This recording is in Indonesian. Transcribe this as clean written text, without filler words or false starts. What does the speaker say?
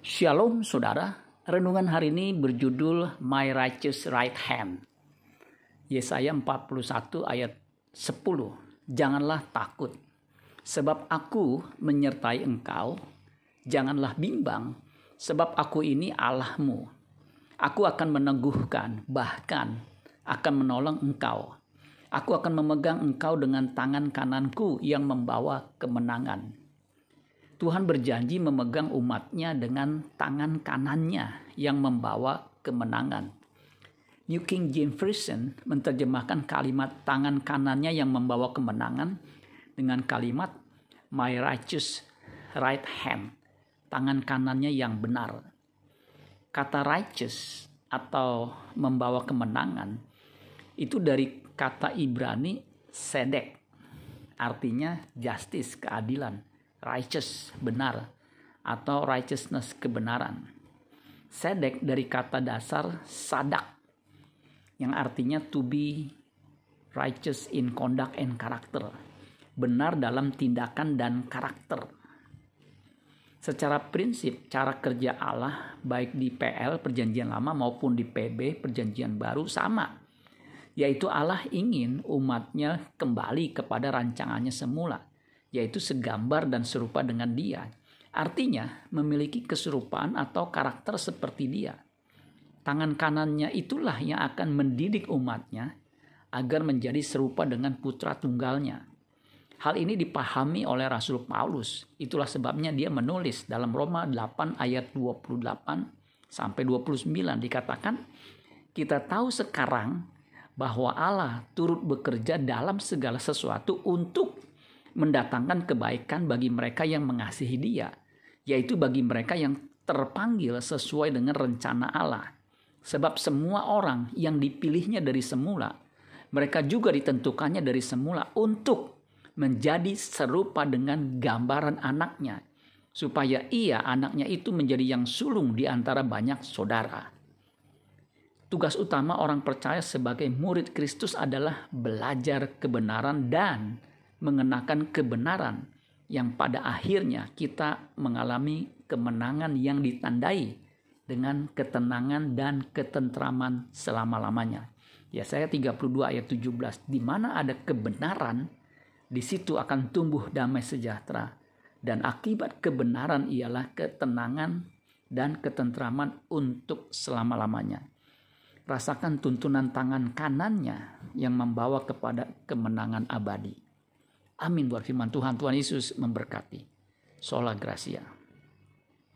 Shalom saudara, renungan hari ini berjudul My Righteous Right Hand. Yesaya 41 ayat 10. Janganlah takut, sebab aku menyertai engkau. Janganlah bimbang, sebab aku ini Allahmu. Aku akan meneguhkan, bahkan akan menolong engkau. Aku akan memegang engkau dengan tangan kananku yang membawa kemenangan. Tuhan berjanji memegang umatnya dengan tangan kanannya yang membawa kemenangan. New King James Version menerjemahkan kalimat tangan kanannya yang membawa kemenangan dengan kalimat My righteous right hand, tangan kanannya yang benar. Kata righteous atau membawa kemenangan itu dari kata Ibrani sedek, artinya justice, keadilan. Righteous, benar, atau righteousness, kebenaran. Sedek dari kata dasar sadak, yang artinya to be righteous in conduct and character, benar dalam tindakan dan karakter. Secara prinsip, cara kerja Allah baik di PL Perjanjian Lama maupun di PB Perjanjian Baru sama, yaitu Allah ingin umatnya kembali kepada rancangannya semula, yaitu segambar dan serupa dengan Dia. Artinya memiliki keserupaan atau karakter seperti Dia. Tangan kanannya itulah yang akan mendidik umatnya agar menjadi serupa dengan putra tunggalnya. Hal ini dipahami oleh Rasul Paulus. Itulah sebabnya dia menulis dalam Roma 8 ayat 28 sampai 29 dikatakan, kita tahu sekarang bahwa Allah turut bekerja dalam segala sesuatu untuk mendatangkan kebaikan bagi mereka yang mengasihi Dia, yaitu bagi mereka yang terpanggil sesuai dengan rencana Allah. Sebab semua orang yang dipilihnya dari semula, mereka juga ditentukannya dari semula untuk menjadi serupa dengan gambaran anaknya, supaya anaknya itu menjadi yang sulung di antara banyak saudara. Tugas utama orang percaya sebagai murid Kristus adalah belajar kebenaran dan mengenakan kebenaran yang pada akhirnya kita mengalami kemenangan yang ditandai dengan ketenangan dan ketentraman selama-lamanya. Yesaya 32 ayat 17, di mana ada kebenaran, di situ akan tumbuh damai sejahtera, dan akibat kebenaran ialah ketenangan dan ketentraman untuk selama-lamanya. Rasakan tuntunan tangan kanannya yang membawa kepada kemenangan abadi. Amin buat firman Tuhan. Tuhan Yesus memberkati. Sola Gracia.